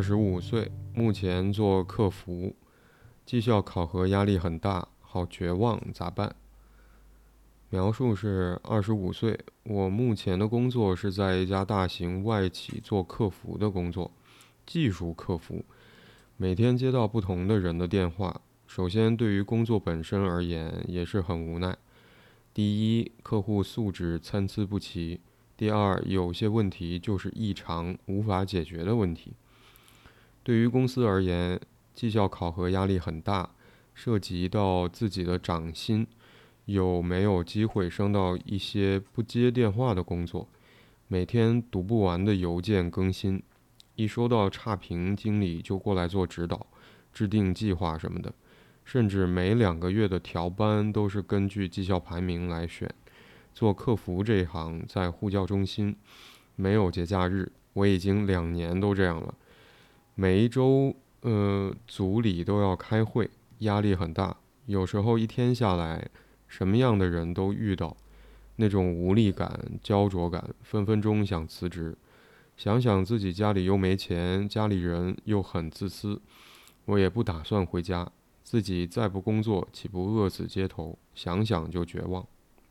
25岁，目前做客服，绩效考核压力很大，好绝望，咋办？描述是25岁，我目前的工作是在一家大型外企做客服的工作，技术客服，每天接到不同的人的电话。首先，对于工作本身而言，也是很无奈。第一，客户素质参差不齐；第二，有些问题就是异常无法解决的问题。对于公司而言，绩效考核压力很大，涉及到自己的涨薪，有没有机会升到一些不接电话的工作，每天读不完的邮件更新，一收到差评，经理就过来做指导，制定计划什么的，甚至每2个月的调班都是根据绩效排名来选。做客服这一行，在呼叫中心，没有节假日，我已经2年都这样了。每一周，组里都要开会，压力很大。有时候一天下来，什么样的人都遇到，那种无力感、焦灼感，分分钟想辞职。想想自己家里又没钱，家里人又很自私，我也不打算回家。自己再不工作，岂不饿死街头？想想就绝望。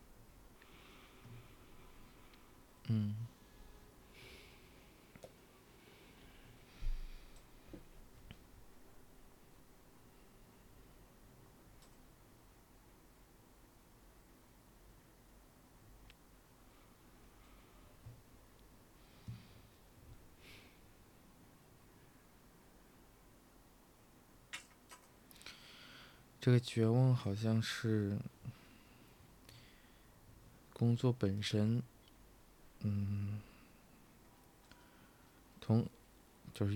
嗯，这个绝望好像是工作本身，同就是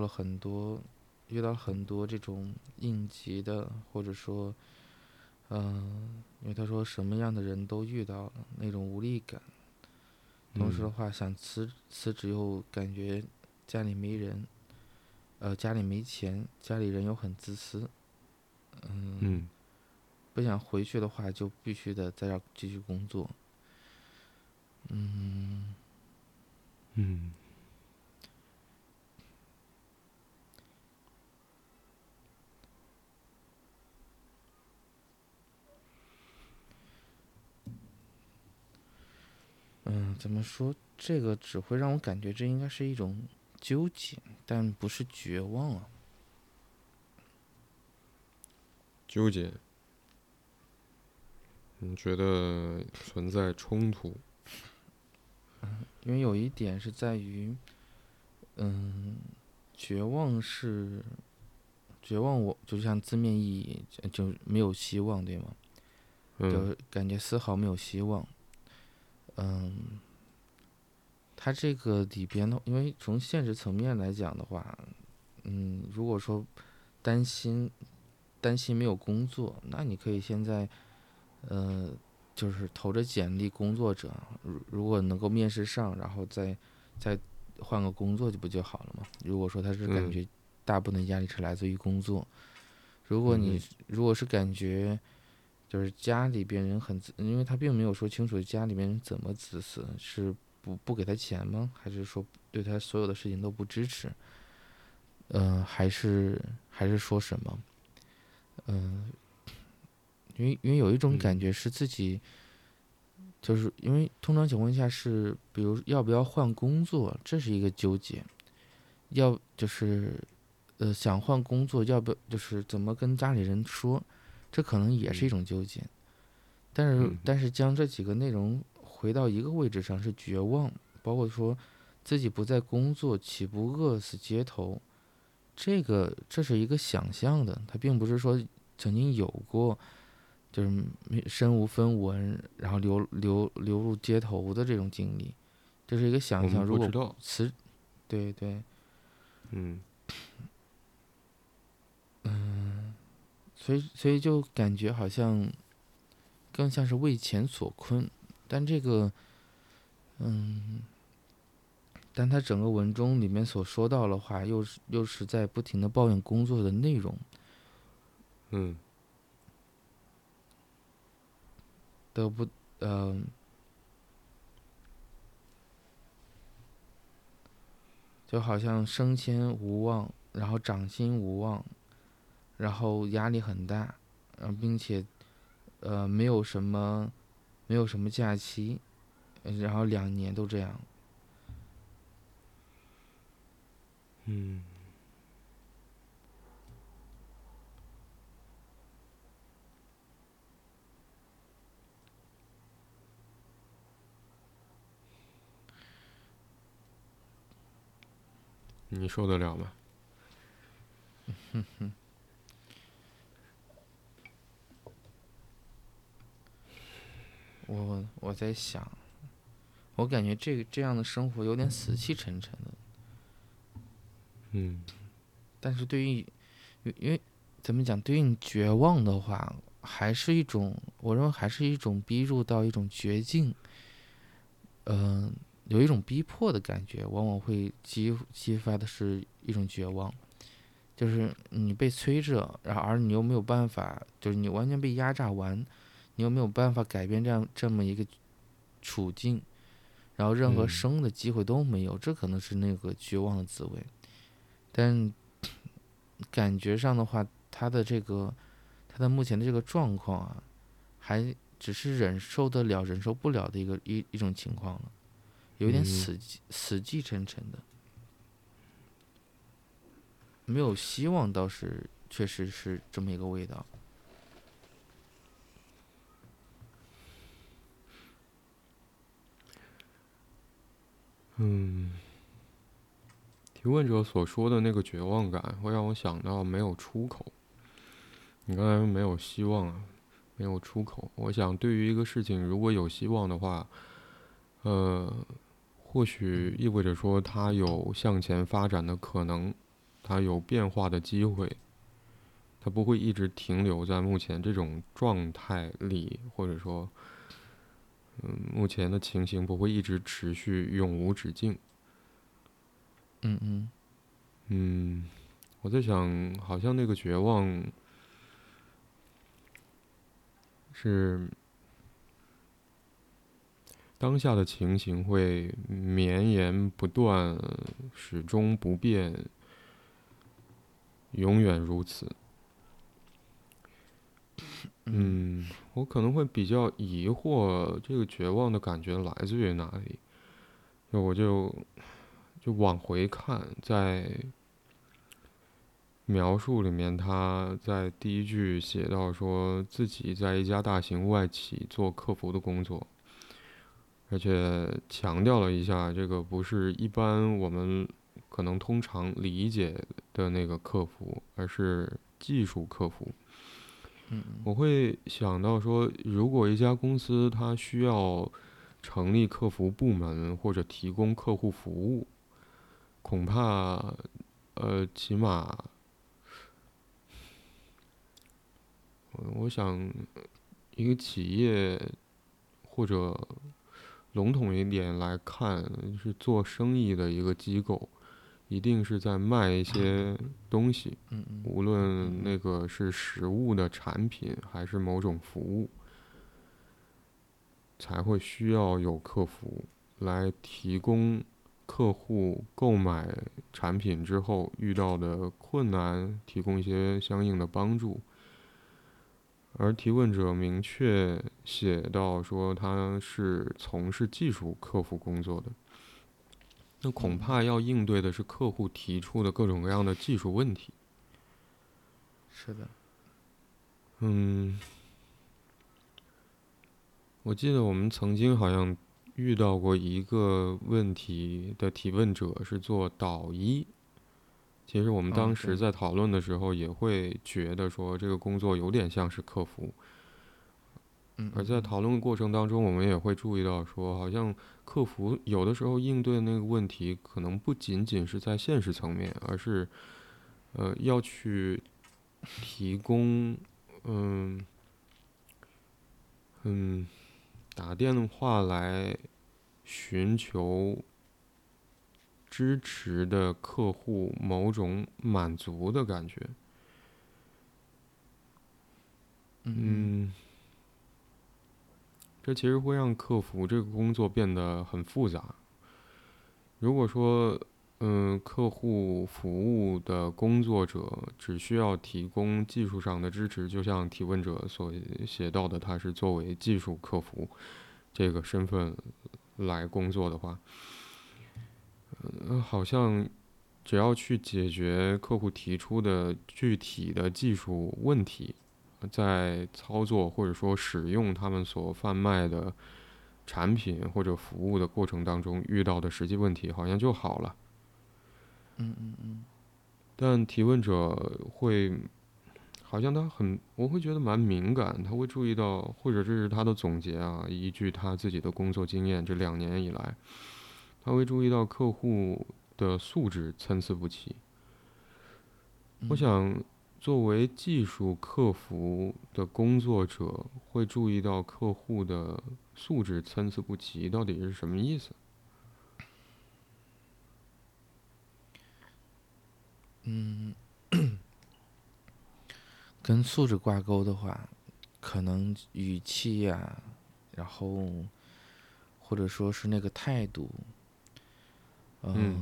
遇到很多这种应急的，或者说，因为他说什么样的人都遇到了那种无力感。同时的嗯话，想辞职又感觉家里没人，家里没钱，家里人又很自私， 嗯不想回去的话，就必须得在这儿继续工作。 嗯怎么说？这个只会让我感觉这应该是一种纠结，但不是绝望啊。 纠结。你觉得存在冲突？ 因为有一点是在于，绝望是绝望我，就像字面意义就没有希望，对吗？ 嗯就感觉丝毫没有希望。它这个里边的，因为从现实层面来讲的话，如果说担心担心没有工作，那你可以现在就是投着简历工作者，如果能够面试上，然后再换个工作就不就好了吗？如果说他是感嗯觉大部分压力是来自于工作，如果你嗯如果是感觉就是家里边人因为他并没有说清楚家里面人怎么自私，是不给他钱吗？还是说对他所有的事情都不支持？还是说什么？因为有一种感嗯觉是自己，就是因为通常情况下是，比如要不要换工作，这是一个纠结。就是想换工作，要不就是怎么跟家里人说，这可能也是一嗯种纠结。但是将这几个内容回到一个位置上是绝望，包括说自己不再工作，岂不饿死街头？这是一个想象的，它并不是说曾经有过，就是身无分文，然后流入街头的这种经历，这是一个想象。 我们如果不知道。 辞，对对， 嗯所以就感觉好像更像是为钱所困，但这个，但他整个文中里面所说到的话，又是在不停的抱怨工作的内容嗯的不，呃， 就好像升迁无望，然后涨薪无望，然后压力很大，并且没有什么假期，然后2年都这样。 嗯，你受得了吗？ 我在想，我感觉这样的生活有点死气沉沉的。 嗯但是因为怎么讲，对于你绝望的话，还是一种，我认为还是一种逼入到一种绝境，嗯、有一种逼迫的感觉，往往会激发的是一种绝望，就是你被催着，然后而你又没有办法，就是你完全被压榨完，你又没有办法改变这么一个处境，然后任何嗯生的机会都没有，这可能是那个绝望的滋味。但感觉上的话，他的目前的这个状况啊，还只是忍受得了、忍受不了的一种情况了，有点嗯死气沉沉的，没有希望，倒是确实是这么一个味道。 嗯，提问者所说的那个绝望感，会让我想到没有出口。你刚才没有希望啊，没有出口。我想，对于一个事情，如果有希望的话，呃，或许意味着说它有向前发展的可能，它有变化的机会，它不会一直停留在目前这种状态里，或者说，目前的情形不会一直持续永无止境。 嗯嗯嗯，我在想，好像那个绝望是当下的情形会绵延不断，始终不变，永远如此。 嗯我可能会比较疑惑，这个绝望的感觉来自于哪里？我就往回看，在描述里面，他在第一句写到说自己在一家大型外企做客服的工作，而且强调了一下，这个不是一般我们可能通常理解的那个客服，而是技术客服。 嗯我会想到说，如果一家公司它需要成立客服部门或者提供客户服务，恐怕，起码，我想一个企业或者笼统一点来看，是做生意的一个机构，一定是在卖一些东西， 嗯嗯无论那个是实物的产品还是某种服务，才会需要有客服来提供客户购买产品之后遇到的困难，提供一些相应的帮助。而提问者明确写到说他是从事技术客服工作的，那恐怕要应对的是客户提出的各种各样的技术问题。 是的。 嗯，我记得我们曾经好像遇到过一个问题的提问者是做导医。其实我们当时对。 在讨论的时候也会觉得说这个工作有点像是客服，而在讨论的过程当中，我们也会注意到说，好像客服有的时候应对那个问题，可能不仅仅是在现实层面，而是要去提供，嗯嗯，打电话来寻求支持的客户某种满足的感觉。嗯，这其实会让客服这个工作变得很复杂。如果说客户服务的工作者只需要提供技术上的支持，就像提问者所写到的，他是作为技术客服这个身份来工作的话，好像只要去解决客户提出的具体的技术问题，在操作或者说使用他们所贩卖的产品或者服务的过程当中遇到的实际问题，好像就好了。但提问者会，好像我会觉得蛮敏感，他会注意到，或者这是他的总结啊，依据他自己的工作经验，这2年以来，他会注意到客户的素质参差不齐。我想，作为技术客服的工作者，会注意到客户的素质参差不齐，到底是什么意思？ 跟素质挂钩的话，可能语气呀、然后或者说是那个态度， 嗯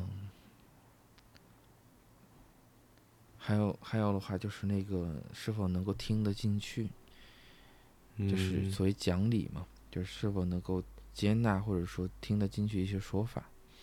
还有的话就是那个是否能够听得进去，就是嗯所谓讲理嘛，就是是否能够接纳或者说听得进去一些说法。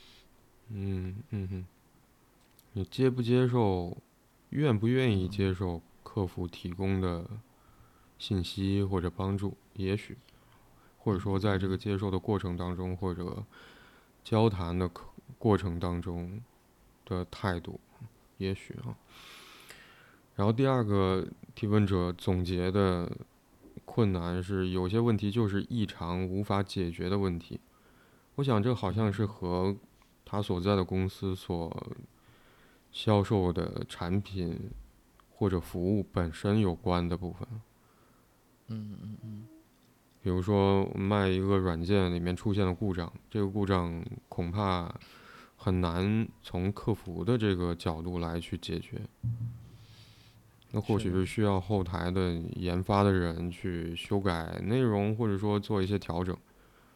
嗯，你接不接受，愿不愿意接受客服提供的信息或者帮助？也许，或者说在这个接受的过程当中，或者交谈的过程当中的态度，也许啊。然后第二个提问者总结的困难是，有些问题就是异常无法解决的问题。我想这好像是和他所在的公司所销售的产品或者服务本身有关的部分。比如说卖一个软件里面出现了故障，这个故障恐怕很难从客服的这个角度来去解决。那或是的。 许是需要后台的研发的人去修改内容，或者说做一些调整。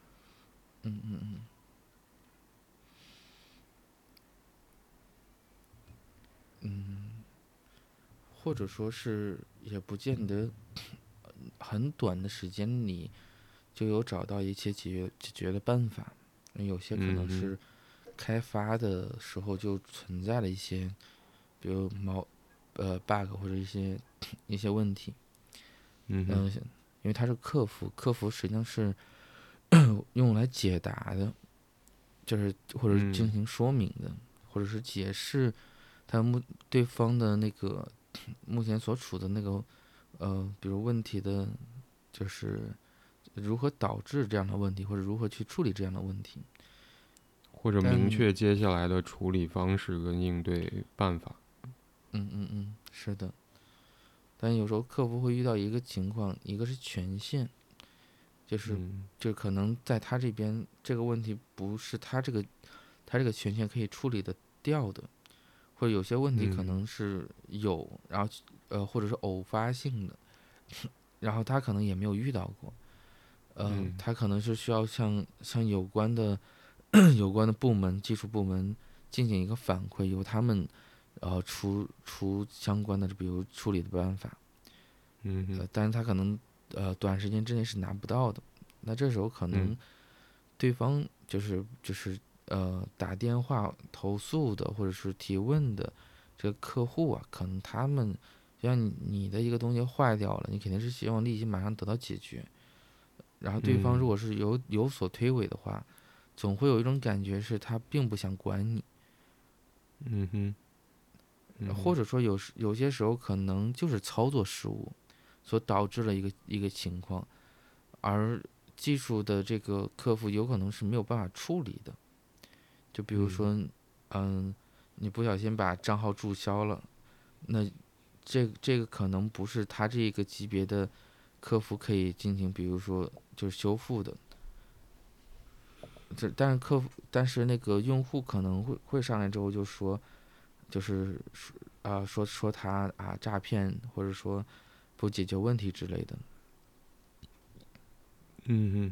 或者说是也不见得很短的时间里就有找到一些解决的办法，有些可能嗯是开发的时候就存在了一些，比如bug 或者一些问题。 哼， 因为它是客服，客服实际上是用来解答的，就是或者进嗯行说明的，或者是解释他对方的那个目前所处的那个比如问题的，就是如何导致这样的问题，或者如何去处理这样的问题。 或者明但确接下来的处理方式跟应对办法。 是的，但有时候客服会遇到一个情况，一个是权限，就是嗯就可能在他这边这个问题不是他这个权限可以处理的掉的，或者有些问题可嗯能是有，然后或者是偶发性的，然后他可能也没有遇到过， 嗯他可能是需要向有关的有关的部门、技术部门进行一个反馈，由他们出相关的比如处理的办法， 嗯但是他可能短时间之内是拿不到的，那这时候可能嗯对方打电话投诉的或者是提问的这个客户啊，可能他们就像你的一个东西坏掉了，你肯定是希望立即马上得到解决，然后对方如嗯果是有所推诿的话，总会有一种感觉是他并不想管你， 嗯哼嗯哼或者说有些时候可能就是操作失误所导致了一个情况，而技术的这个客服有可能是没有办法处理的。就比如嗯说，你不小心把账号注销了，那这个可能不是他这个级别的客服可以进行，比如说就是修复的。但是那个用户可能会上来之后就说，就是说他诈骗，或者说不解决问题之类的。 嗯哼。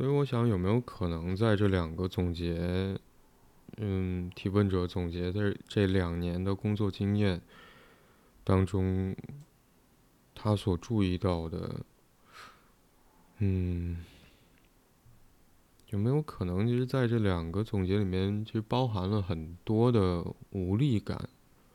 所以我想有没有可能在这两个总结，提问者总结的这2年的工作经验当中，他所注意到的，嗯，有没有可能其实在这2个总结里面，其实包含了很多的无力感？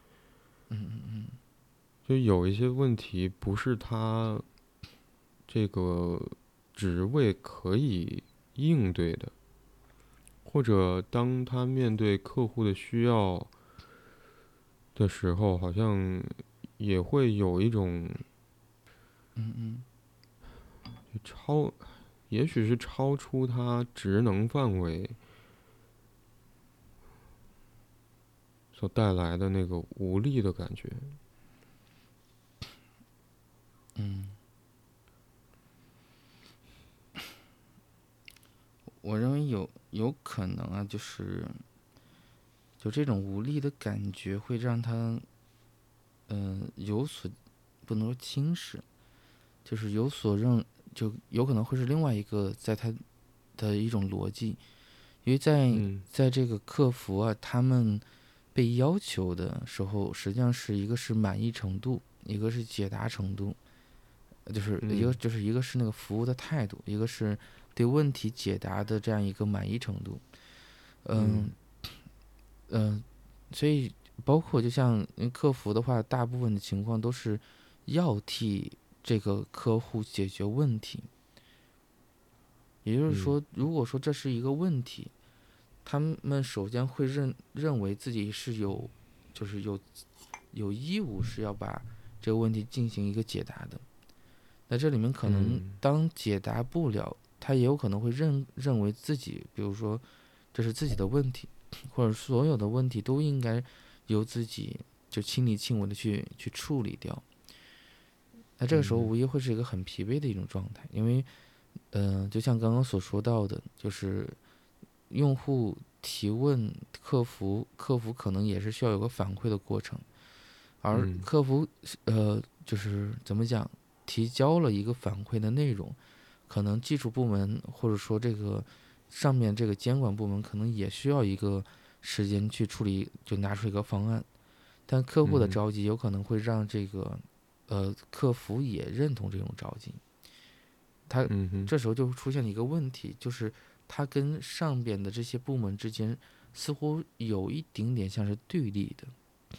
就有一些问题不是他这个职位可以应对的，或者当他面对客户的需要的时候，好像也会有一种超，也许是超出他职能范围所带来的那个无力的感觉。 我认为有可能啊，就这种无力的感觉会让他有所不能说轻视，就是有所就有可能会是另外一个在他的一种逻辑，因为在这个客服啊，他们被要求的时候，实际上是一个是满意程度，一个是解答程度，就是一个是那个服务的态度，一个是对问题解答的这样一个满意程度。嗯嗯，所以包括就像客服的话，大部分的情况都是要替这个客户解决问题。也就是说，如果说这是一个问题，他们首先会认为自己是就是有义务是要把这个问题进行一个解答的。那这里面可能当解答不了，他也有可能会认为自己，比如说这是自己的问题，或者所有的问题都应该由自己就亲力亲为的去处理掉。那这个时候无疑会是一个很疲惫的一种状态，因为就像刚刚所说到的，就是用户提问客服可能也是需要有个反馈的过程，而客服就是怎么讲，提交了一个反馈的内容，可能技术部门或者说这个上面这个监管部门可能也需要一个时间去处理，就拿出一个方案，但客户的着急有可能会让这个客服也认同这种着急。他这时候就出现了一个问题，就是他跟上边的这些部门之间似乎有一丁点像是对立的。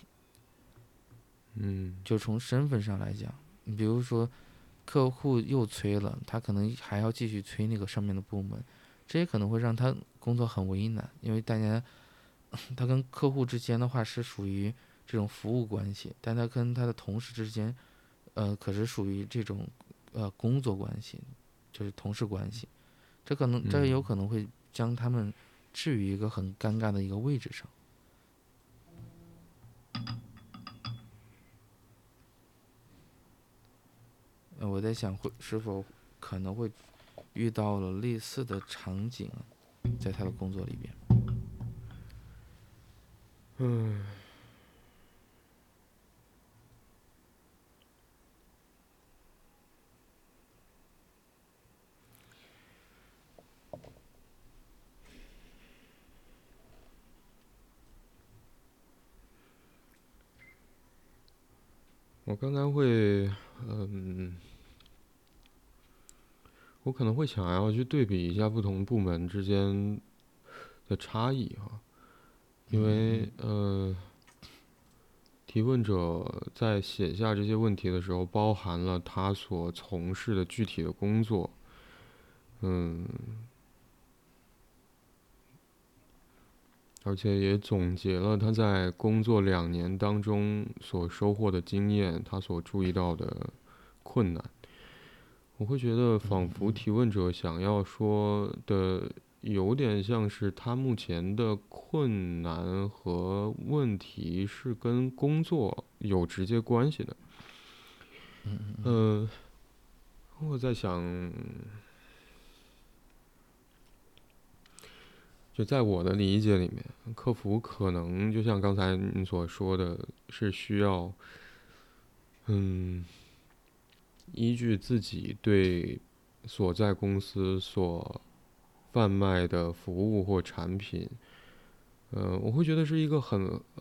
就从身份上来讲，你比如说客户又催了，他可能还要继续催那个上面的部门，这也可能会让他工作很为难，因为大家他跟客户之间的话是属于这种服务关系，但他跟他的同事之间，可是属于这种工作关系，就是同事关系，这有可能会将他们置于一个很尴尬的一个位置上。我在想是否可能会遇到了类似的场景，在他的工作里边。 我刚才会，我可能会想要去对比一下不同部门之间的差异哈，因为提问者在写下这些问题的时候，包含了他所从事的具体的工作，而且也总结了他在工作2年当中所收获的经验，他所注意到的困难。我会觉得，仿佛提问者想要说的，有点像是他目前的困难和问题是跟工作有直接关系的。我在想，就在我的理解里面，客服可能就像刚才你所说的，是需要，依据自己对所在公司所贩卖的服务或产品，我会觉得是一个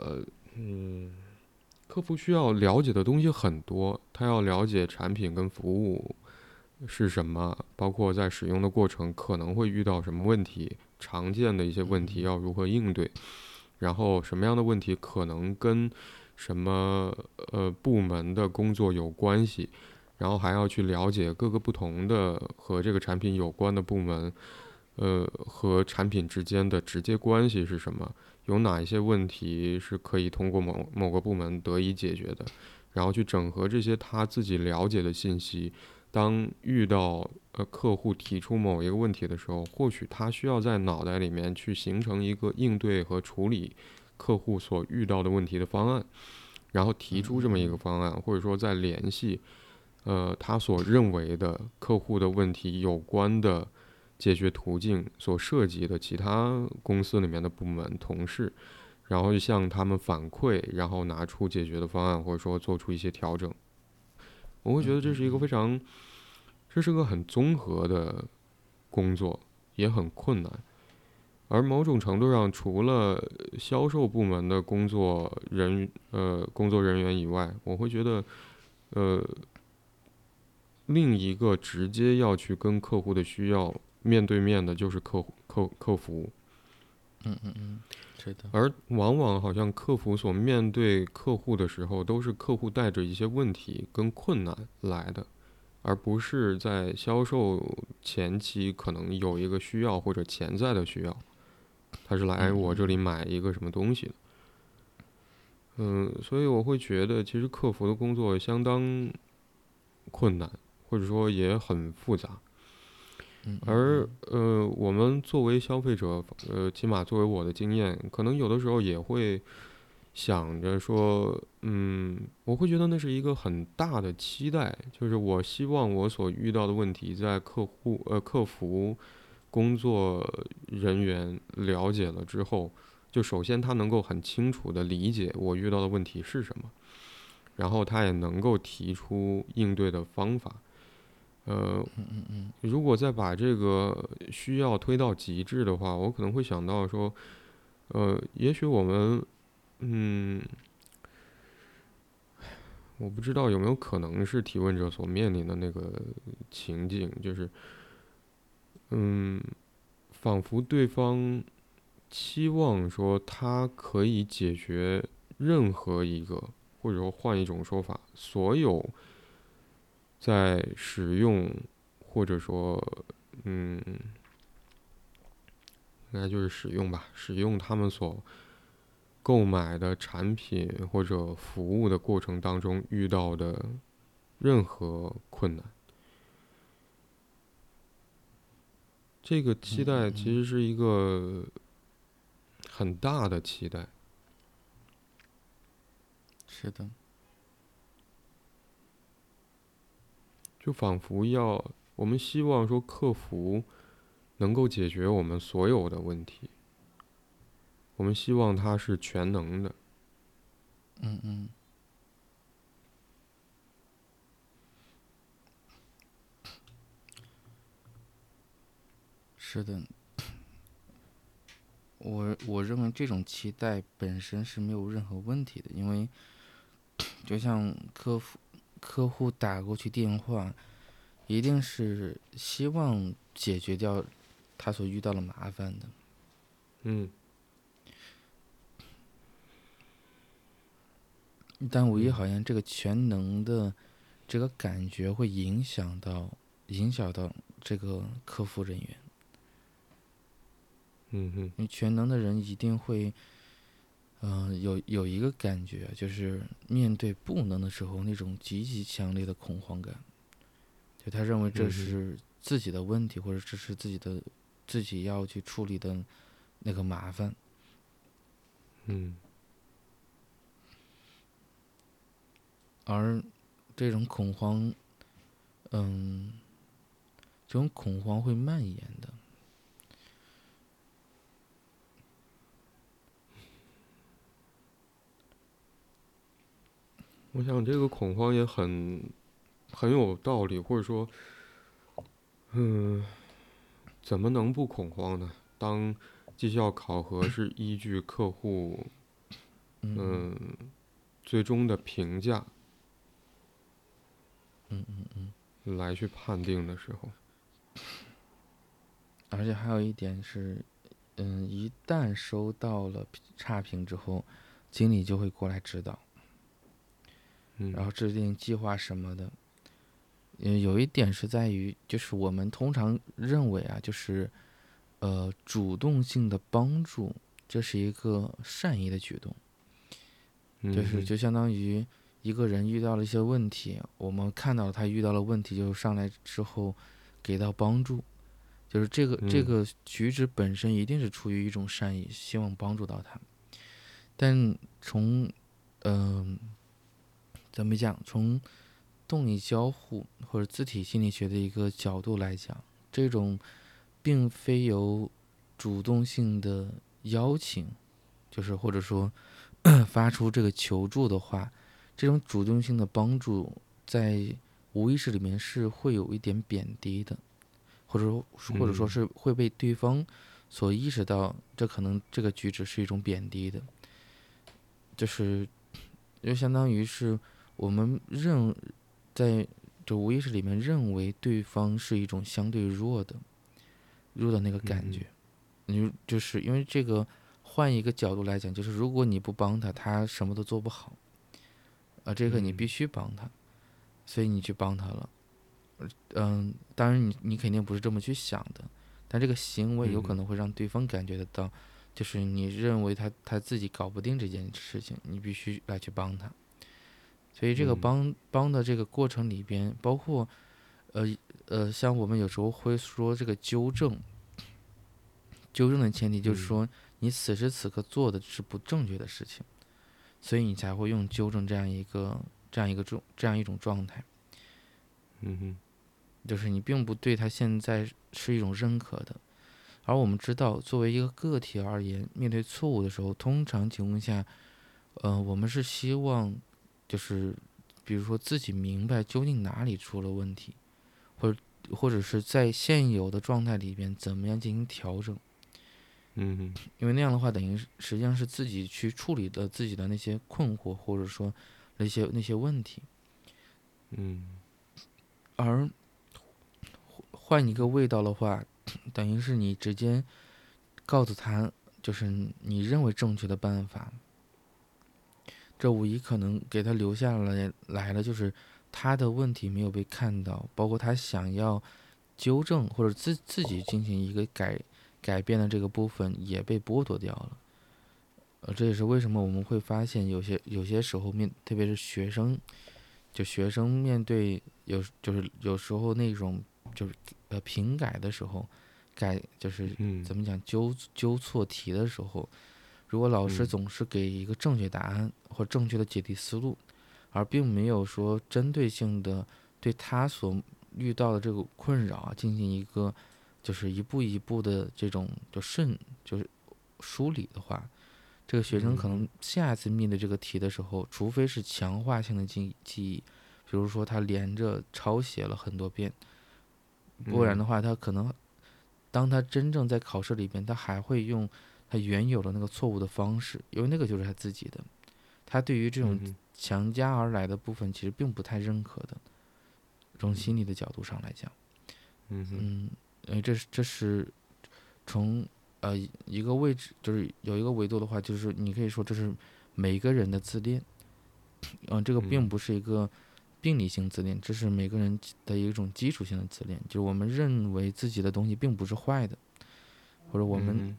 客服需要了解的东西很多，他要了解产品跟服务是什么，包括在使用的过程可能会遇到什么问题，常见的一些问题要如何应对，然后什么样的问题可能跟什么部门的工作有关系，然后还要去了解各个不同的和这个产品有关的部门，和产品之间的直接关系是什么，有哪一些问题是可以通过某个部门得以解决的，然后去整合这些他自己了解的信息。当遇到客户提出某一个问题的时候，或许他需要在脑袋里面去形成一个应对和处理客户所遇到的问题的方案，然后提出这么一个方案，或者说再联系他所认为的客户的问题有关的解决途径所涉及的其他公司里面的部门同事，然后向他们反馈，然后拿出解决的方案，或者说做出一些调整。我会觉得这是个很综合的工作，也很困难。而某种程度上，除了销售部门的工作人员以外，我会觉得，呃，另一个直接要去跟客户的需要面对面的就是客服。 是的。 而往往好像客服所面对客户的时候，都是客户带着一些问题跟困难来的，而不是在销售前期可能有一个需要或者潜在的需要，他是来我这里买一个什么东西的。所以我会觉得，其实客服的工作相当困难，或者说也很复杂。而我们作为消费者，起码作为我的经验，可能有的时候也会想着说，我会觉得那是一个很大的期待，就是我希望我所遇到的问题，在客服工作人员了解了之后，就首先他能够很清楚地理解我遇到的问题是什么，然后他也能够提出应对的方法。如果再把这个需要推到极致的话，我可能会想到说，也许我们，嗯，我不知道有没有可能是提问者所面临的那个情境，就是，嗯，仿佛对方期望说他可以解决任何一个，或者说换一种说法，所有在使用或者说，嗯，应该就是使用吧，使用他们所购买的产品或者服务的过程当中遇到的任何困难。这个期待其实是一个很大的期待。 是的。 就仿佛我们希望说客服能够解决我们所有的问题，我们希望它是全能的。 是的。我认为这种期待本身是没有任何问题的，因为就像客户打过去电话，一定是希望解决掉他所遇到的麻烦的。但唯一好像这个全能的这个感觉会影响到这个客服人员。因为全能的人一定会，有一个感觉，就是面对不能的时候那种极其强烈的恐慌感，就他认为这是自己的问题，或者这是自己要去处理的那个麻烦。而这种恐慌，这种恐慌会蔓延的。 我想这个恐慌也很有道理，或者说， 怎么能不恐慌呢？当绩效考核是依据客户最终的评价来去判定的时候， 而且还有一点是，一旦收到了差评之后，经理就会过来指导，然后制定计划什么的。有一点是在于，就是我们通常认为啊，就是主动性的帮助，这是一个善意的举动，就相当于一个人遇到了一些问题，我们看到他遇到了问题，就上来之后给到帮助，就是这个举止本身一定是出于一种善意，希望帮助到他。但从怎么讲，从动力交互或者自体心理学的一个角度来讲，这种并非由主动性的邀请，就是或者说发出这个求助的话，这种主动性的帮助在无意识里面是会有一点贬低的，或者说是会被对方所意识到，这可能这个举止是一种贬低的，就相当于是我们在这无意识里面认为对方是一种相对弱的那个感觉。就是因为这个，换一个角度来讲，就是如果你不帮他，他什么都做不好，这个你必须帮他，所以你去帮他了。当然你肯定不是这么去想的，但这个行为有可能会让对方感觉得到，就是你认为他自己搞不定这件事情，你必须来去帮他。所以这个帮的这个过程里边，包括像我们有时候会说这个纠正的前提就是说，你此时此刻做的是不正确的事情，所以你才会用纠正这样一种状态。就是你并不对他现在是一种认可的。而我们知道，作为一个个体而言，面对错误的时候，通常情况下，我们是希望，就是比如说自己明白究竟哪里出了问题，或者是在现有的状态里边怎么样进行调整。因为那样的话，等于实际上是自己去处理的自己的那些困惑，或者说那些问题。而换一个味道的话，等于是你直接告诉他，就是你认为正确的办法。这无疑可能给他留下来了，就是他的问题没有被看到，包括他想要纠正或者自己进行一个改变的这个部分也被剥夺掉了。这也是为什么我们会发现有些时候特别是学生面对有时候那种就是评改的时候，就是怎么讲纠错题的时候，如果老师总是给一个正确答案或正确的解题思路，而并没有说针对性的对他所遇到的这个困扰进行一个就是一步一步的这种就是梳理的话，这个学生可能下次面对这个题的时候，除非是强化性的记忆，比如说他连着抄写了很多遍，不然的话，他可能当他真正在考试里边，他还会用他原有的那个错误的方式，因为那个就是他自己的，他对于这种强加而来的部分其实并不太认可的，从心理的角度上来讲。这是从一个位置，就是有一个维度的话，就是你可以说这是每个人的自恋，这个并不是一个病理性自恋，这是每个人的一种基础性的自恋，就是我们认为自己的东西并不是坏的，或者我们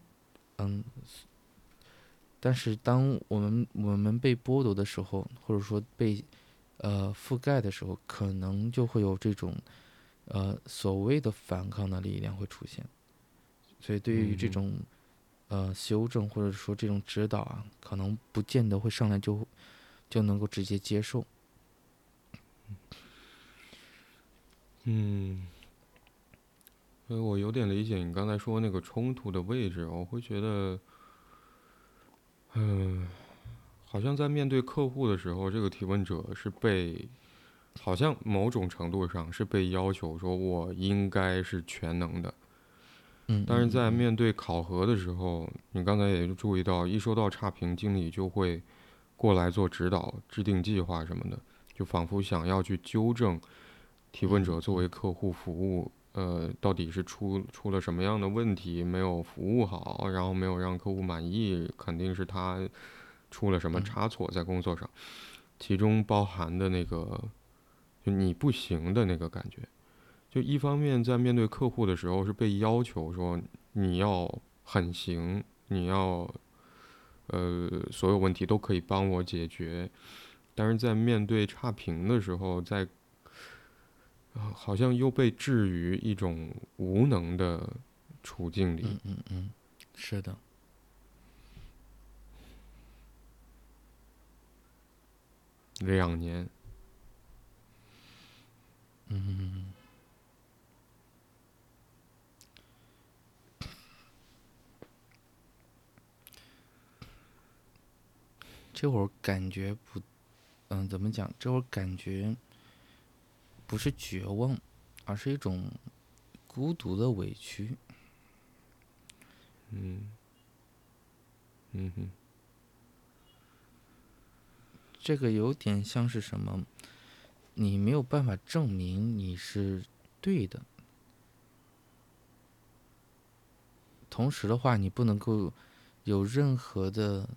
但是当我们被剥夺的时候，或者说被覆盖的时候，可能就会有这种所谓的反抗的力量会出现。所以对于这种修正或者说这种指导啊，可能不见得会上来就能够直接接受。 我有点理解你刚才说那个冲突的位置，我会觉得，好像在面对客户的时候，这个提问者是好像某种程度上是被要求说我应该是全能的， 嗯但是在嗯嗯面对考核的时候，你刚才也注意到，一说到差评，经理就会过来做指导、制定计划什么的，就仿佛想要去纠正提问者作为客户服务，到底是出了什么样的问题，没有服务好，然后没有让客户满意，肯定是他出了什么差错在工作上，其中包含的那个就你不行的那个感觉。就一方面在面对客户的时候是被要求说你要很行，你要所有问题都可以帮我解决，但是在面对差评的时候，好像又被置于一种无能的处境里。 是的。 2年。 这会儿感觉不，怎么讲？这会儿感觉不是绝望，而是一种孤独的委屈。 嗯嗯哼这个有点像是什么？你没有办法证明你是对的，同时的话，你不能够有任何的，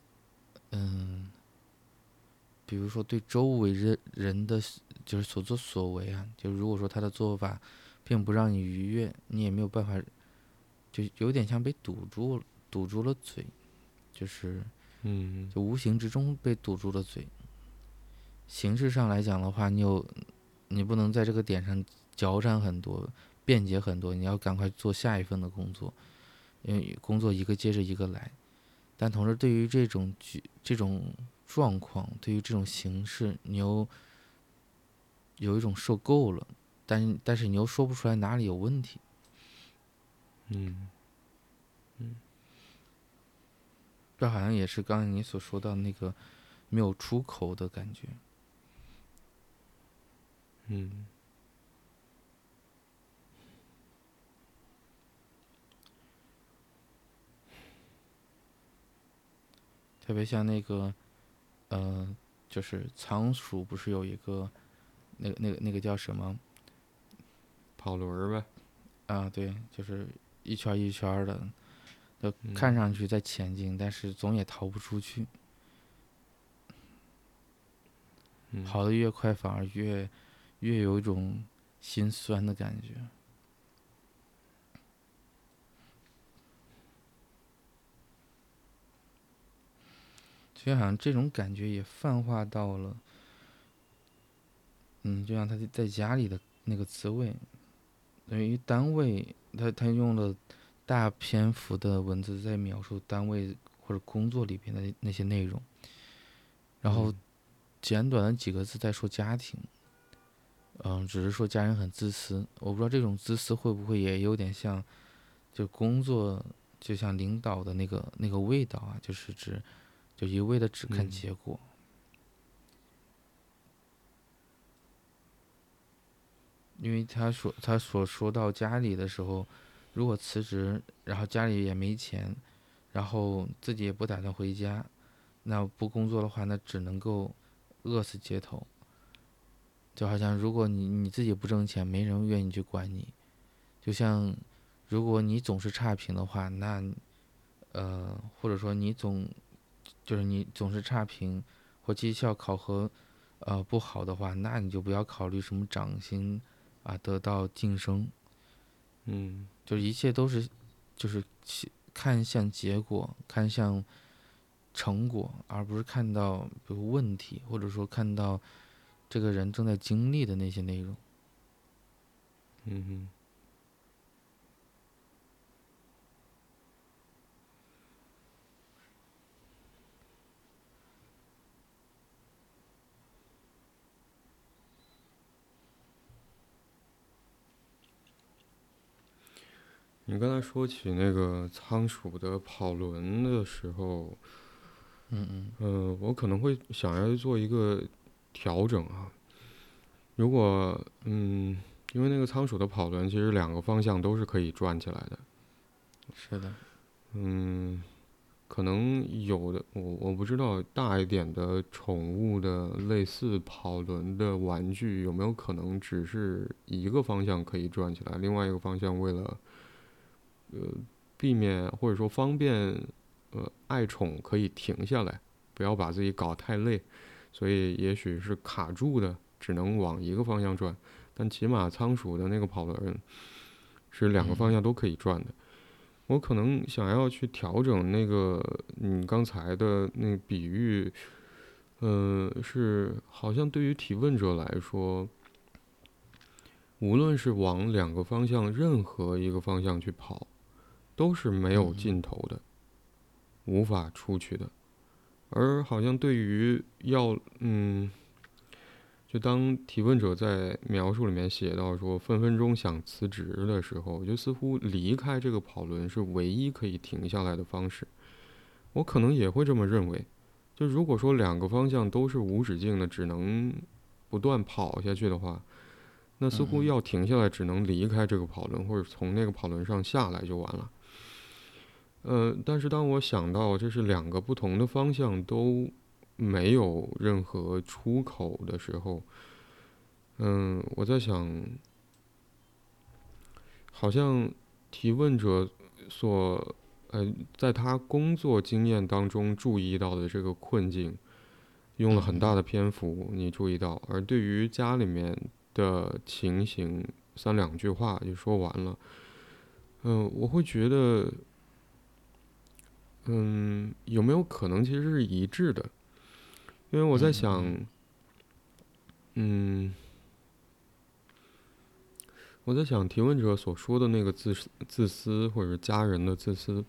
比如说对周围人的就是所作所为啊，就如果说他的做法并不让你愉悦，你也没有办法，就有点像被堵住了嘴，就是嗯就无形之中被堵住了嘴。形式上来讲的话，你不能在这个点上脚缠很多，辩解很多，你要赶快做下一份的工作，因为工作一个接着一个来。但同时，对于这种状况，对于这种形式，你又有一种受够了，但是你又说不出来哪里有问题。 嗯这好像也是刚才你所说到那个没有出口的感觉。 嗯特别像那个，就是仓鼠不是有一个那个叫什么跑轮呗。 啊？对，就是一圈一圈的，就看嗯上去在前进，但是总也逃不出去。 嗯跑得越快，反而越有一种心酸的感觉。就好像这种感觉也泛化到了，就像他在家里的那个滋味，等于单位，他用了大篇幅的文字在描述单位或者工作里边的那些内容，然后简短的几个字在说家庭，只是说家人很自私。我不知道这种自私会不会也有点像，就工作就像领导的那个味道啊，就是就一味的只看嗯结果。因为他所说到家里的时候，如果辞职，然后家里也没钱，然后自己也不打算回家，那不工作的话，那只能够饿死街头。就好像如果你自己不挣钱，没人愿意去管你。就像如果你总是差评的话，那或者说就是你总是差评或绩效考核不好的话，那你就不要考虑什么涨薪啊，得到晋升， 嗯就一切都是就是看向结果，看向成果，而不是看到比如问题，或者说看到这个人正在经历的那些内容。 嗯你刚才说起那个仓鼠的跑轮的时候，我可能会想要做一个调整啊。如果因为那个仓鼠的跑轮其实2个方向都是可以转起来的， 是的， 嗯，可能有的我不知道大一点的宠物的类似跑轮的玩具有没有可能只是一个方向可以转起来，另外一个方向为了避免或者说方便爱宠可以停下来，不要把自己搞太累，所以也许是卡住的，只能往一个方向转。但起码仓鼠的那个跑轮是两个方嗯向都可以转的。我可能想要去调整那个你刚才的那个比喻，是好像对于提问者来说，无论是往两个方向，任何一个方向去跑，都是没有嗯尽头的，无法出去的。而好像对于要就当提问者在描述里面写到说分分钟想辞职的时候，就似乎离开这个跑轮是唯一可以停下来的方式。我可能也会这么认为。就如果说两个方向都是无止境的，只能不断跑下去的话，那似乎嗯要停下来，只能离开这个跑轮，或者从那个跑轮上下来就完了。但是当我想到这是两个不同的方向都没有任何出口的时候，我在想，好像提问者所在他工作经验当中注意到的这个困境，用了很大的篇幅，你注意到，而对于家里面的情形，三两句话就说完了。我会觉得，有没有可能其实是一致的？因为我在想，嗯，我在想提问者所说的那个自私，或者是家人的自私，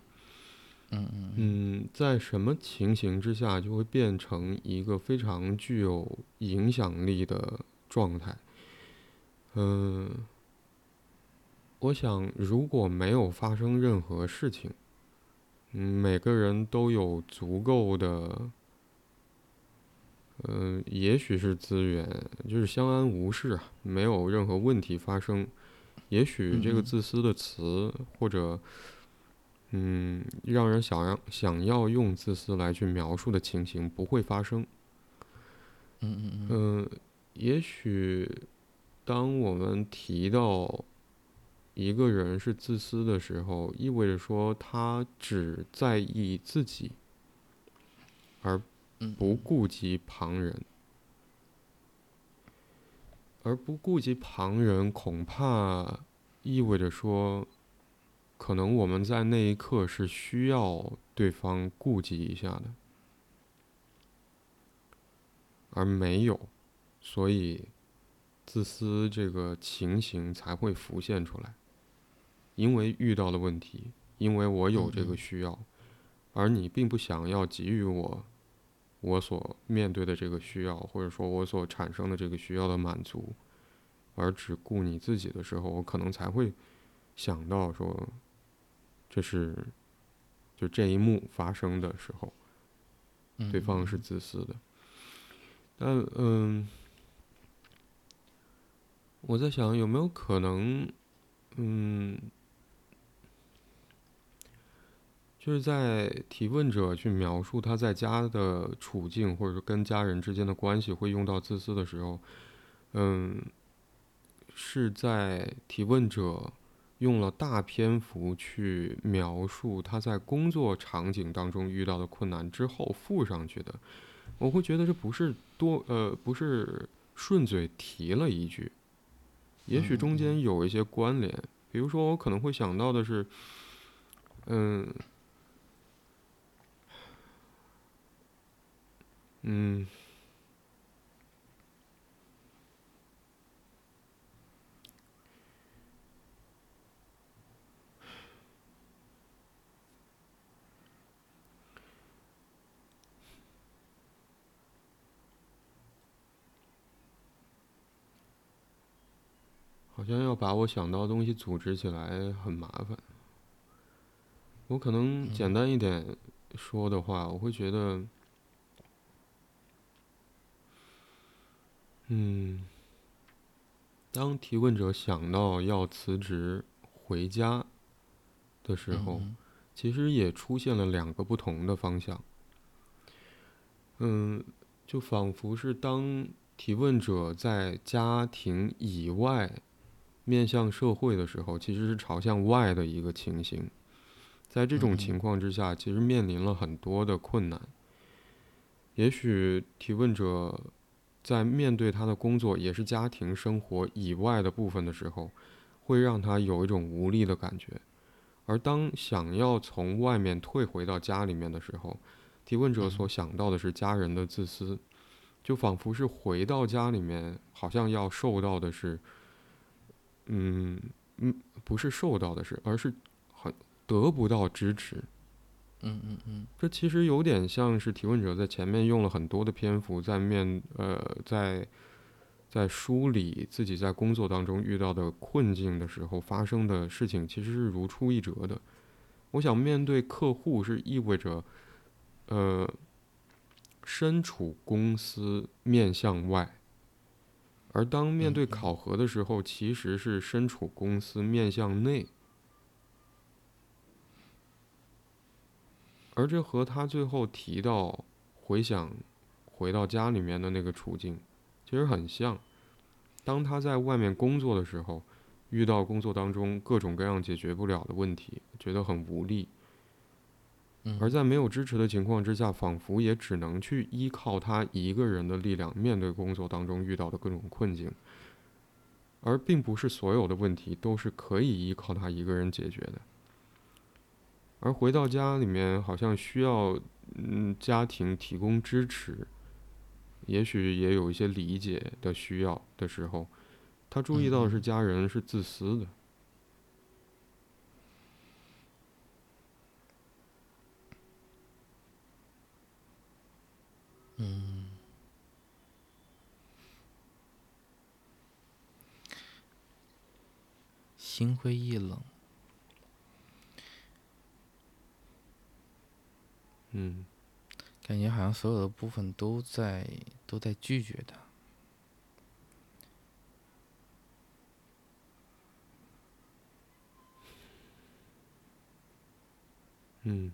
在什么情形之下就会变成一个非常具有影响力的状态？嗯，我想如果没有发生任何事情，每个人都有足够的，也许是资源，就是相安无事啊，没有任何问题发生。也许这个自私的词，或者让人想要用自私来去描述的情形不会发生。嗯，也许当我们提到一个人是自私的时候，意味着说他只在意自己，而不顾及旁人。而不顾及旁人，恐怕意味着说，可能我们在那一刻是需要对方顾及一下的，而没有，所以自私这个情形才会浮现出来。因为遇到了问题，因为我有这个需要，而你并不想要给予我所面对的这个需要，或者说我所产生的这个需要的满足，而只顾你自己的时候，我可能才会想到说，这是就这一幕发生的时候，对方是自私的。但我在想有没有可能，就是在提问者去描述他在家的处境，或者跟家人之间的关系会用到自私的时候，是在提问者用了大篇幅去描述他在工作场景当中遇到的困难之后附上去的。我会觉得这不是顺嘴提了一句，也许中间有一些关联。比如说，我可能会想到的是，嗯嗯，好像要把我想到的东西组织起来很麻烦。我可能简单一点说的话，我会觉得，当提问者想到要辞职回家的时候， 嗯其实也出现了两个不同的方向。就仿佛是当提问者在家庭以外面向社会的时候，其实是朝向外的一个情形。在这种情况之下，其实面临了很多的困难。也许提问者在面对他的工作，也是家庭生活以外的部分的时候，会让他有一种无力的感觉。而当想要从外面退回到家里面的时候，提问者所想到的是家人的自私，就仿佛是回到家里面，好像要受到的是，嗯不是受到的是，而是很得不到支持。这其实有点像是提问者在前面用了很多的篇幅在梳理自己在工作当中遇到的困境的时候发生的事情，其实是如出一辙的。我想面对客户是意味着，身处公司面向外，而当面对考核的时候，其实是身处公司面向内。而这和他最后提到回到家里面的那个处境，其实很像。当他在外面工作的时候，遇到工作当中各种各样解决不了的问题，觉得很无力。而在没有支持的情况之下，仿佛也只能去依靠他一个人的力量面对工作当中遇到的各种困境，而并不是所有的问题都是可以依靠他一个人解决的。而回到家里面，好像需要家庭提供支持，也许也有一些理解的需要的时候，他注意到的是家人是自私的。 心灰意冷。感觉好像所有的部分都在拒绝他。 嗯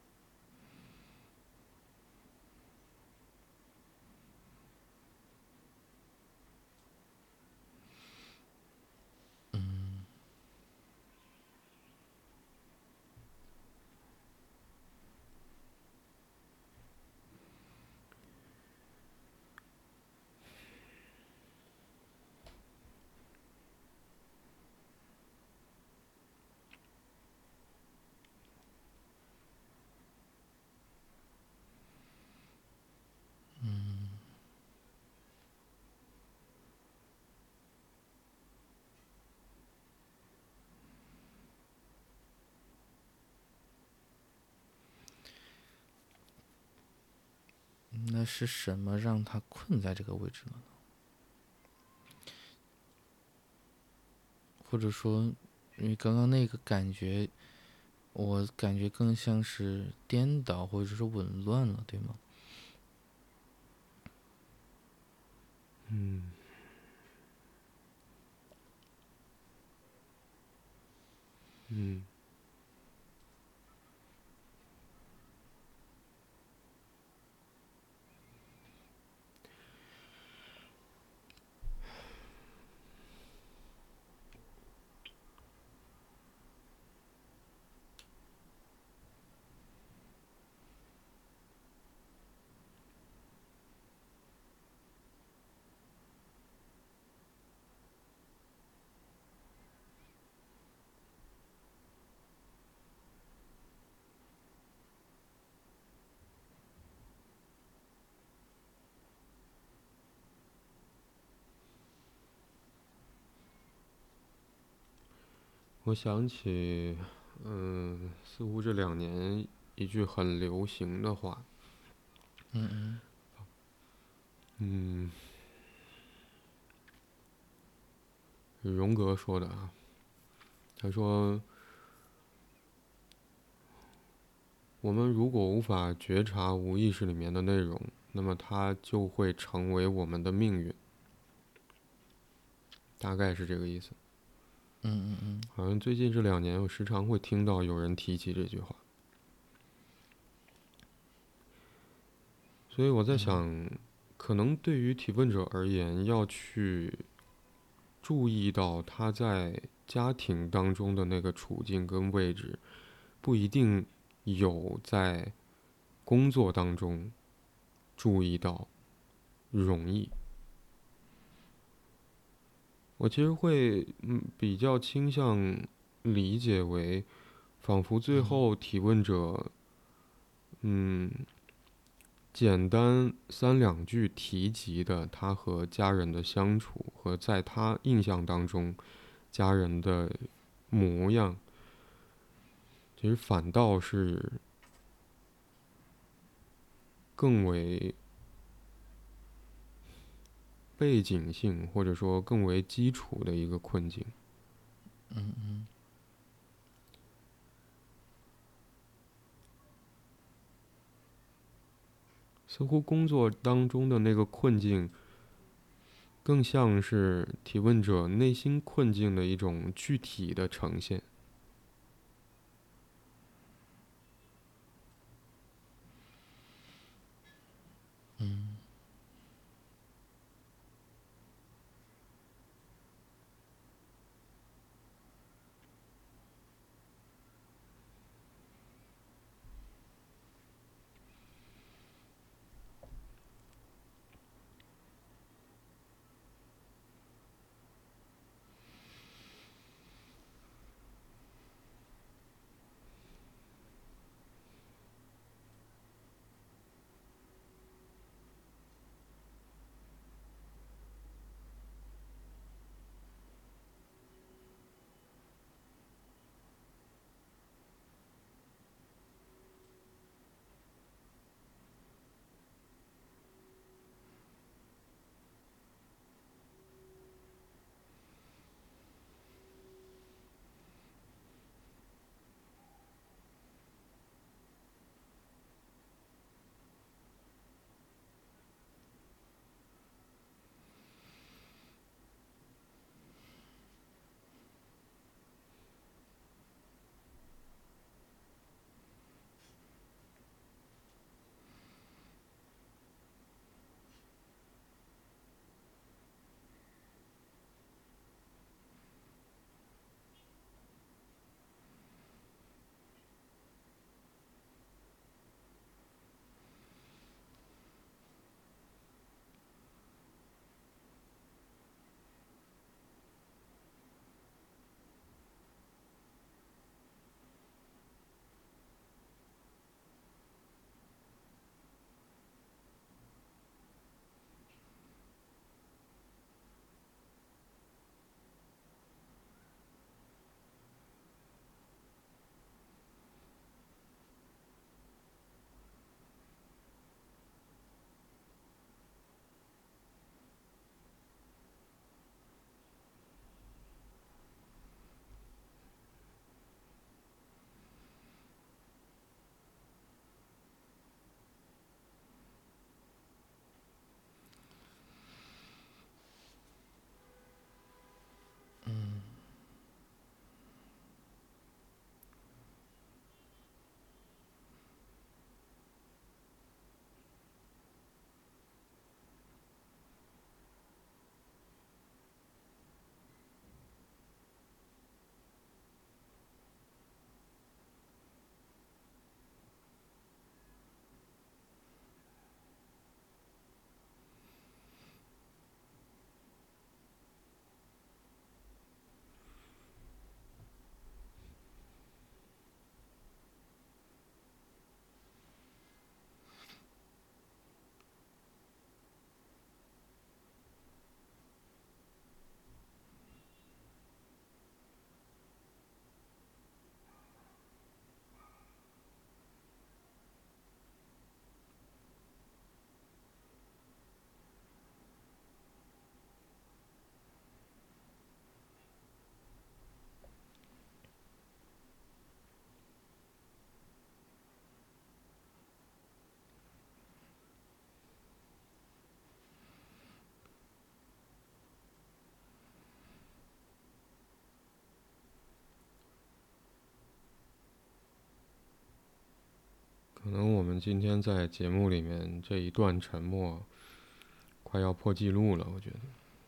那是什么让他困在这个位置了呢？或者说，因为刚刚那个感觉，我感觉更像是颠倒或者是紊乱了，对吗？ 嗯嗯我想起，似乎这2年一句很流行的话，嗯，荣格说的啊，他说，我们如果无法觉察无意识里面的内容，那么它就会成为我们的命运，大概是这个意思。 好像最近这2年，我时常会听到有人提起这句话。所以我在想，可能对于提问者而言，要去注意到他在家庭当中的那个处境跟位置，不一定有在工作当中注意到容易。我其实会比较倾向理解为，仿佛最后提问者简单3-2句提及的他和家人的相处，和在他印象当中家人的模样，其实反倒是更为背景性，或者说更为基础的一个困境。似乎工作当中的那个困境，更像是提问者内心困境的一种具体的呈现。 可能我们今天在节目里面这一段沉默快要破纪录了，我觉得。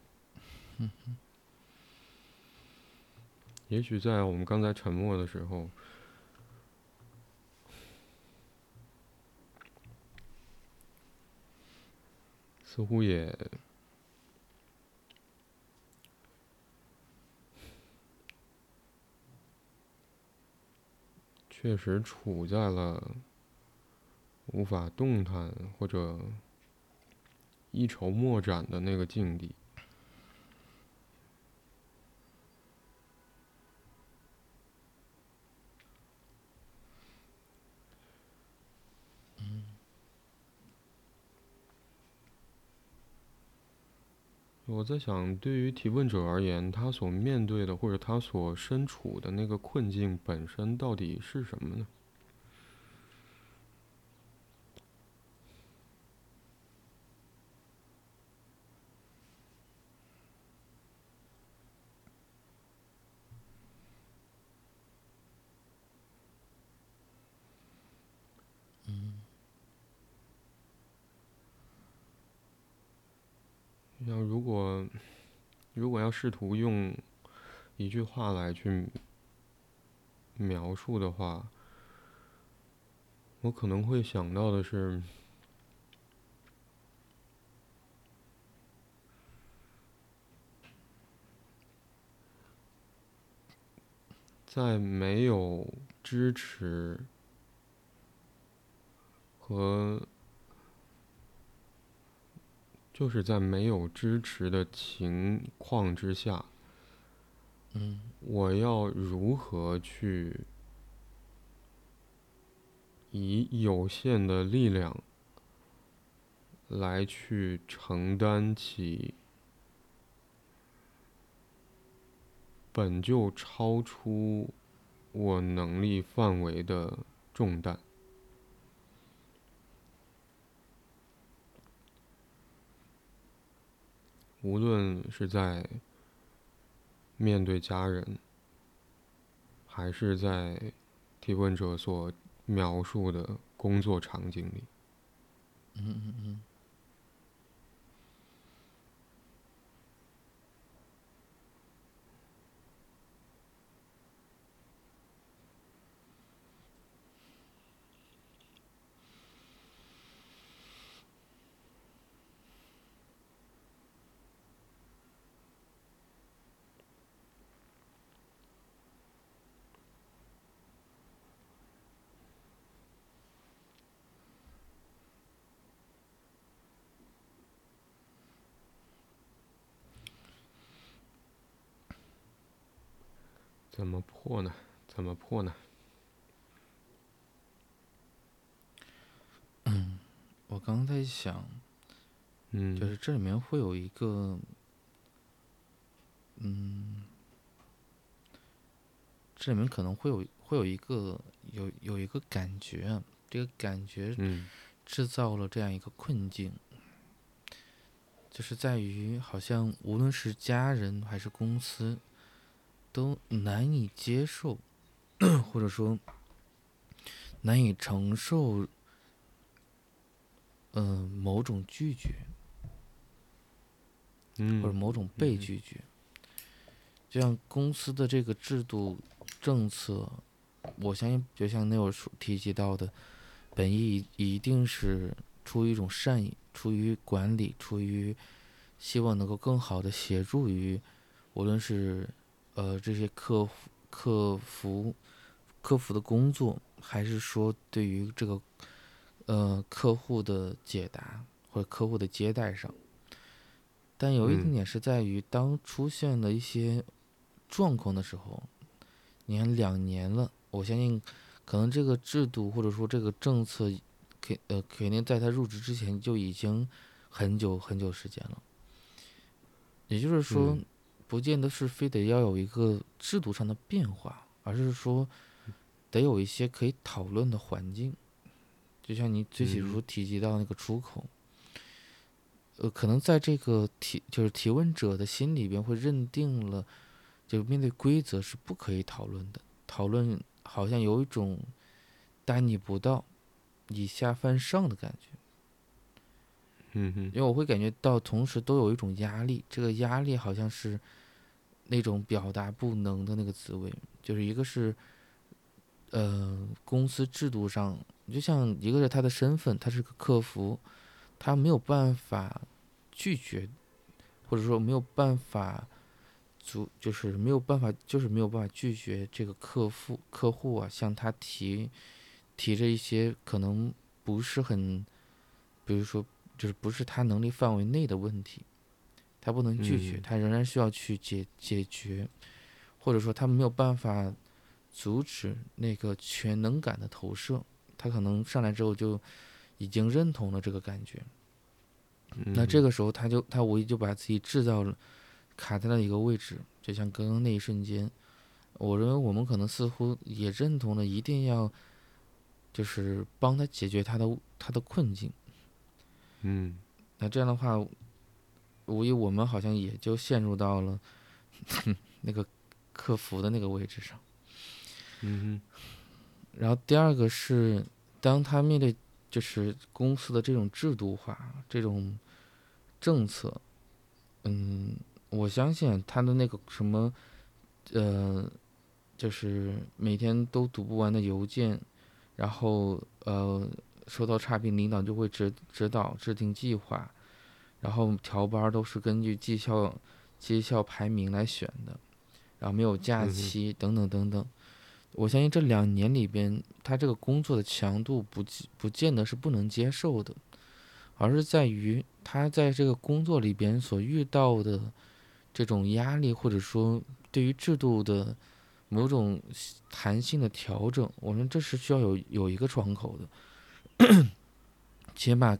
也许在我们刚才沉默的时候，似乎也确实处在了无法动弹或者一筹莫展的那个境地。我在想，对于提问者而言，他所面对的或者他所身处的那个困境本身到底是什么呢？像如果要试图用一句话来去描述的话，我可能会想到的是，在没有支持和就是在没有支持的情况之下，我要如何去以有限的力量来去承担起本就超出我能力范围的重担？无论是在面对家人，还是在提问者所描述的工作场景里。怎么破呢？怎么破呢？ 我刚刚在想，就是这里面会有一个，这里面可能会有一个有一个感觉啊，这个感觉制造了这样一个困境，就是在于好像无论是家人还是公司，都难以接受，或者说难以承受，某种拒绝，或者某种被拒绝。就像公司的这个制度政策，我相信就像那会儿提及到的，本意一定是出于一种善意，出于管理，出于希望能够更好的协助于无论是这些客服的工作，还是说对于这个客户的解答或者客户的接待上。但有一点点是在于，当出现了一些状况的时候，你看2年了，我相信可能这个制度或者说这个政策，肯定在他入职之前就已经很久很久时间了。也就是说，不见得是非得要有一个制度上的变化，而是说得有一些可以讨论的环境。就像你最起初提及到那个出口，可能在这个就是提问者的心里边会认定了，就面对规则是不可以讨论的，讨论好像有一种大逆不道， 以下犯上的感觉。 嗯因为我会感觉到同时都有一种压力，这个压力好像是那种表达不能的那个滋味，就是一个是公司制度上，就像一个是他的身份，他是个客服，他没有办法拒绝，或者说没有办法就是没有办法拒绝这个客户啊，向他提着一些可能不是很，比如说就是不是他能力范围内的问题，他不能拒绝， 嗯他仍然需要去解决，或者说他没有办法阻止那个全能感的投射，他可能上来之后就已经认同了这个感觉，那这嗯个时候他无疑就把自己制造了卡在了一个位置，就像刚刚那一瞬间，我认为我们可能似乎也认同了一定要就是帮他解决他的困境， 嗯那这样的话，无疑我们好像也就陷入到了那个客服的那个位置上。 嗯然后第二个是，当他面对就是公司的这种制度化、这种政策，我相信他的那个什么，呃，就是每天都读不完的邮件，然后收到差评，领导就会指导制定计划，然后调班都是根据绩效排名来选的，然后没有假嗯期等等等等。我相信这2年里边，他这个工作的强度不见得是不能接受的，而是在于他在这个工作里边所遇到的这种压力，或者说对于制度的某种弹性的调整。我说这是需要有一个窗口的，起码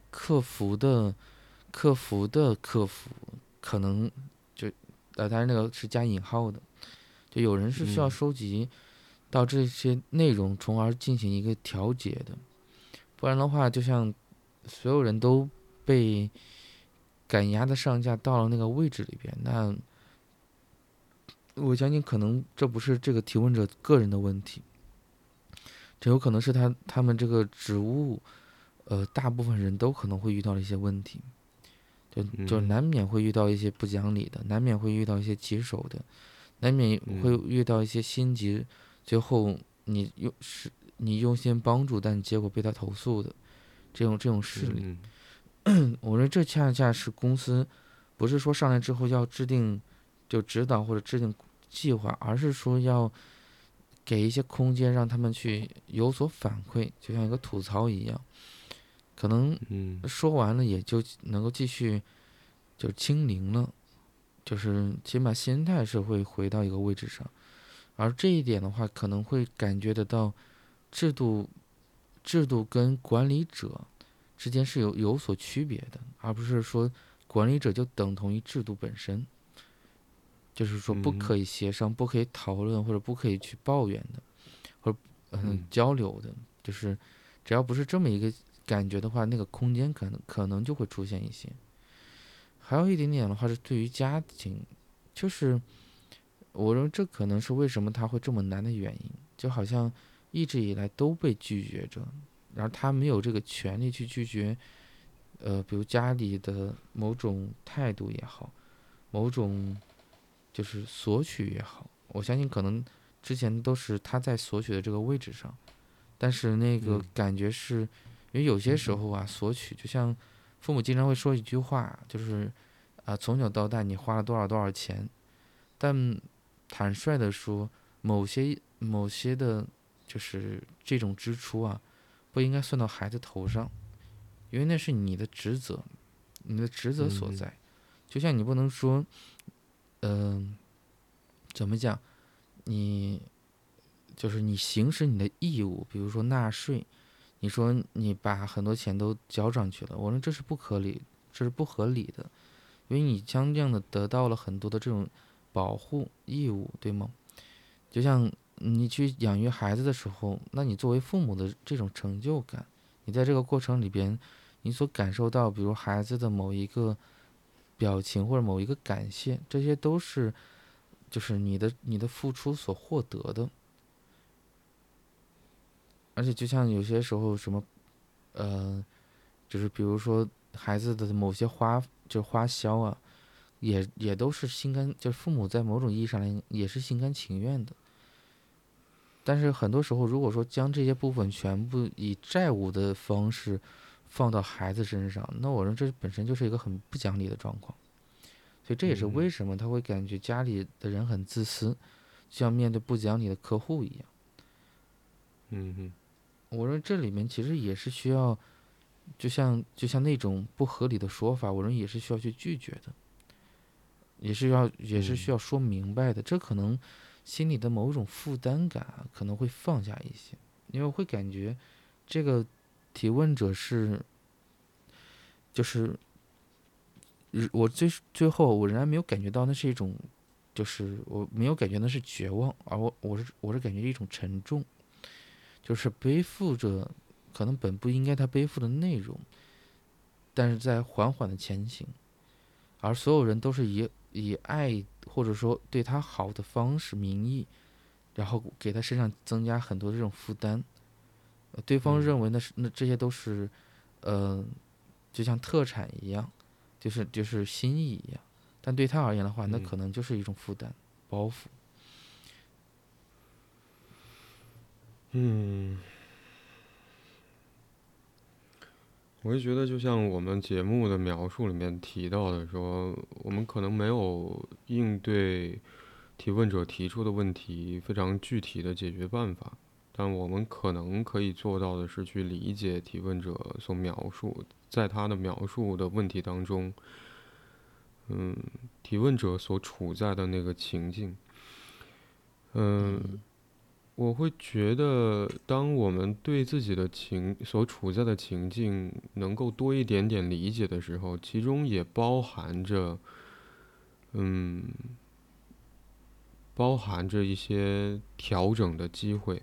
客服可能就当然那个是加引号的，就有人是需要嗯收集到这些内容，从而进行一个调节的。不然的话，就像所有人都被赶鸭子上架到了那个位置里边，那我相信可能这不是这个提问者个人的问题，这有可能是他们这个职务，大部分人都可能会遇到的一些问题，就嗯难免会遇到一些不讲理的，难免会遇到一些棘手的，难免会嗯遇到一些心急，最后你用心帮助，但结果被他投诉的这种事例。 嗯我认为这恰恰是公司不是说上来之后要制定就指导或者制定计划，而是说要给一些空间让他们去有所反馈，就像一个吐槽一样，可能嗯说完了也就能够继续就清零了，就是起码心态是会回到一个位置上，而这一点的话，可能会感觉得到制度制度跟管理者之间是有所区别的，而不是说管理者就等同于制度本身，就是说不可嗯以协商、不可以讨论或者不可以去抱怨的，或者交流的，就是只要不是这么一个感觉的话，那个空间可能就会出现一些。还有一点点的话是对于家庭，就是我认为这可能是为什么他会这么难的原因，就好像一直以来都被拒绝着，然后他没有这个权利去拒绝，比如家里的某种态度也好，某种就是索取也好，我相信可能之前都是他在索取的这个位置上，但是那个嗯感觉是，因为有些时候啊，索取就像父母经常会说一句话，就是从小到大你花了多少多少钱，但坦率的说，某些的，就是这种支出啊，不应该算到孩子头上，因为那是你的职责，你的职责所嗯在。就像你不能说，怎么讲，你就是你行使你的义务，比如说纳税，你说你把很多钱都交上去了，我说这是不合理，这是不合理的，因为你相应的得到了很多的这种保护义务，对吗？就像你去养育孩子的时候，那你作为父母的这种成就感，你在这个过程里边，你所感受到，比如孩子的某一个表情或者某一个感谢，这些都是就是你的付出所获得的。而且就像有些时候什么就是比如说孩子的某些花销啊，也都是心甘，就是父母在某种意义上来也是心甘情愿的。但是很多时候，如果说将这些部分全部以债务的方式放到孩子身上，那我认为这本身就是一个很不讲理的状况。所以这也是为嗯什么他会感觉家里的人很自私，就像面对不讲理的客户一样。 嗯嗯我认为这里面其实也是需要，就像那种不合理的说法，我认为也是需要去拒绝的，也是需要说明白的。这可能心里的某种负担感啊，可能会放下一些，因为我会感觉这个提问者就是我最后我仍然没有感觉到那是一种，就是我没有感觉那是绝望，而我是感觉一种沉重，就是背负着可能本不应该他背负的内容，但是在缓缓的前行，而所有人都是以爱或者说对他好的方式名义，然后给他身上增加很多这种负担。对方嗯认为那这些都是，呃，就像特产一样，就是心意一样，但对他而言的话，那嗯可能就是一种负担包袱。 嗯，我会觉得，就像我们节目的描述里面提到的说，我们可能没有应对提问者提出的问题非常具体的解决办法，但我们可能可以做到的是去理解提问者所描述，在他的描述的问题当中，提问者所处在的那个情境。我会觉得，当我们对自己的所处在的情境能够多一点点理解的时候，其中也嗯，包含着一些调整的机会。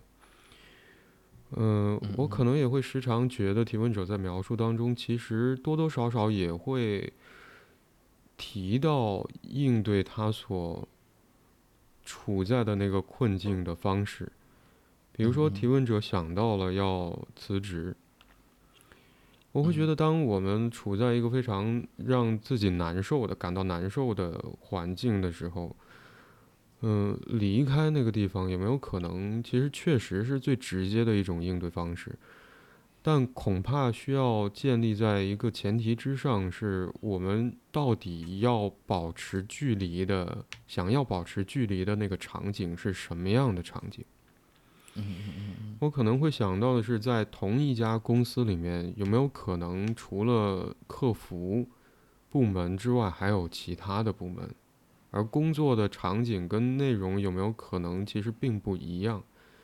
我可能也会时常觉得提问者在描述当中，其实多多少少也会提到应对他所处在的那个困境的方式。比如说，提问者想到了要辞职，我会觉得，当我们处在一个非常让自己难受的、感到难受的环境的时候，离开那个地方有没有可能，其实确实是最直接的一种应对方式，但恐怕需要建立在一个前提之上，是我们到底要保持距离的，想要保持距离的那个场景是什么样的场景？我可能会想到的是，在同一家公司里面，有没有可能除了客服部门之外，还有其他的部门？而工作的场景跟内容有没有可能其实并不一样？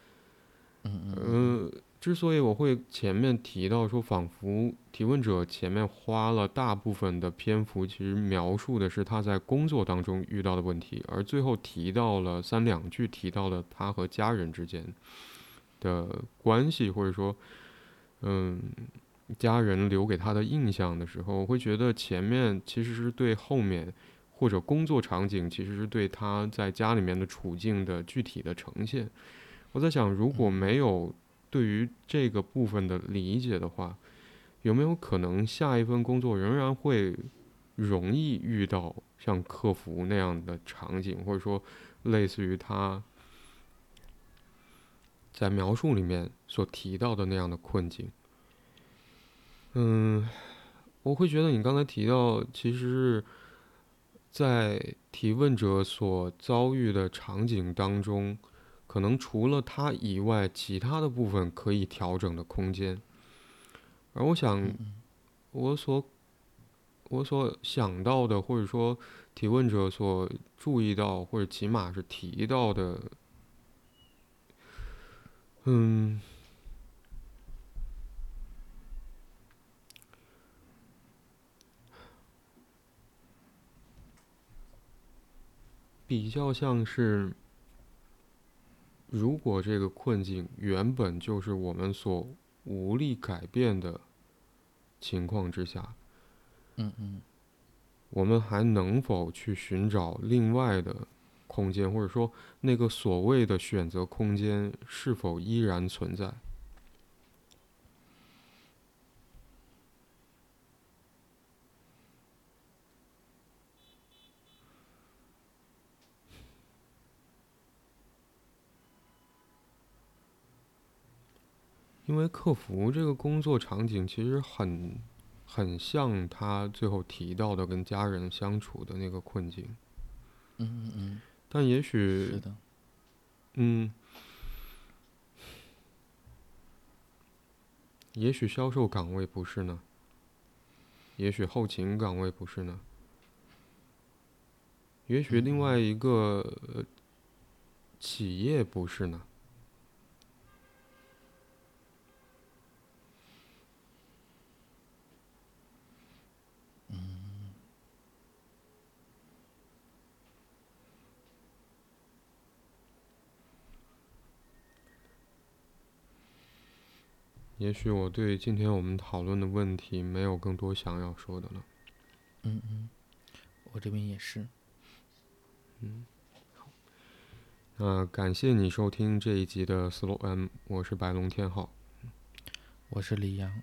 之所以我会前面提到说，仿佛提问者前面花了大部分的篇幅，其实描述的是他在工作当中遇到的问题，而最后提到了三两句，提到了他和家人之间的关系，或者说，嗯，家人留给他的印象的时候，我会觉得前面其实是对后面或者工作场景，其实是对他在家里面的处境的具体的呈现。我在想，如果没有对于这个部分的理解的话，有没有可能下一份工作仍然会容易遇到像客服那样的场景，或者说类似于他在描述里面所提到的那样的困境？我会觉得你刚才提到，其实是在提问者所遭遇的场景当中，可能除了他以外，其他的部分可以调整的空间。而我想，我所我所想到的，或者说提问者所注意到，或者起码是提到的，嗯，比较像是，如果这个困境原本就是我们所无力改变的情况之下，我们还能否去寻找另外的空间，或者说那个所谓的选择空间是否依然存在？ 因为客服这个工作场景其实很像他最后提到的跟家人相处的那个困境。但也许是的， 也许销售岗位不是呢，也许后勤岗位不是呢，也许另外一个企业不是呢。也许我对今天我们讨论的问题没有更多想要说的了。 我这边也是。 感谢你收听这一集的 Slow M， 我是白龙天浩。 我是李阳。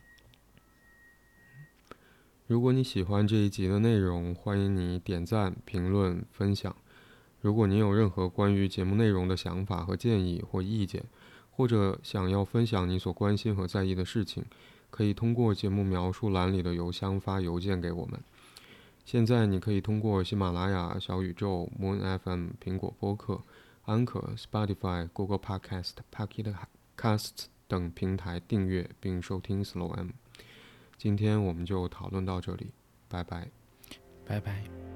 如果你喜欢这一集的内容，欢迎你点赞、评论、分享。如果你有任何关于节目内容的想法和建议或意见，或者想要分享你所关心和在意的事情，可以通过节目描述栏里的邮箱发邮件给我们。现在你可以通过喜马拉雅、小宇宙、Moon FM、苹果播客、安可、Spotify、Google Podcast、Pocket Casts 等平台订阅并收听 Slow M。今天我们就讨论到这里，拜拜。 拜拜。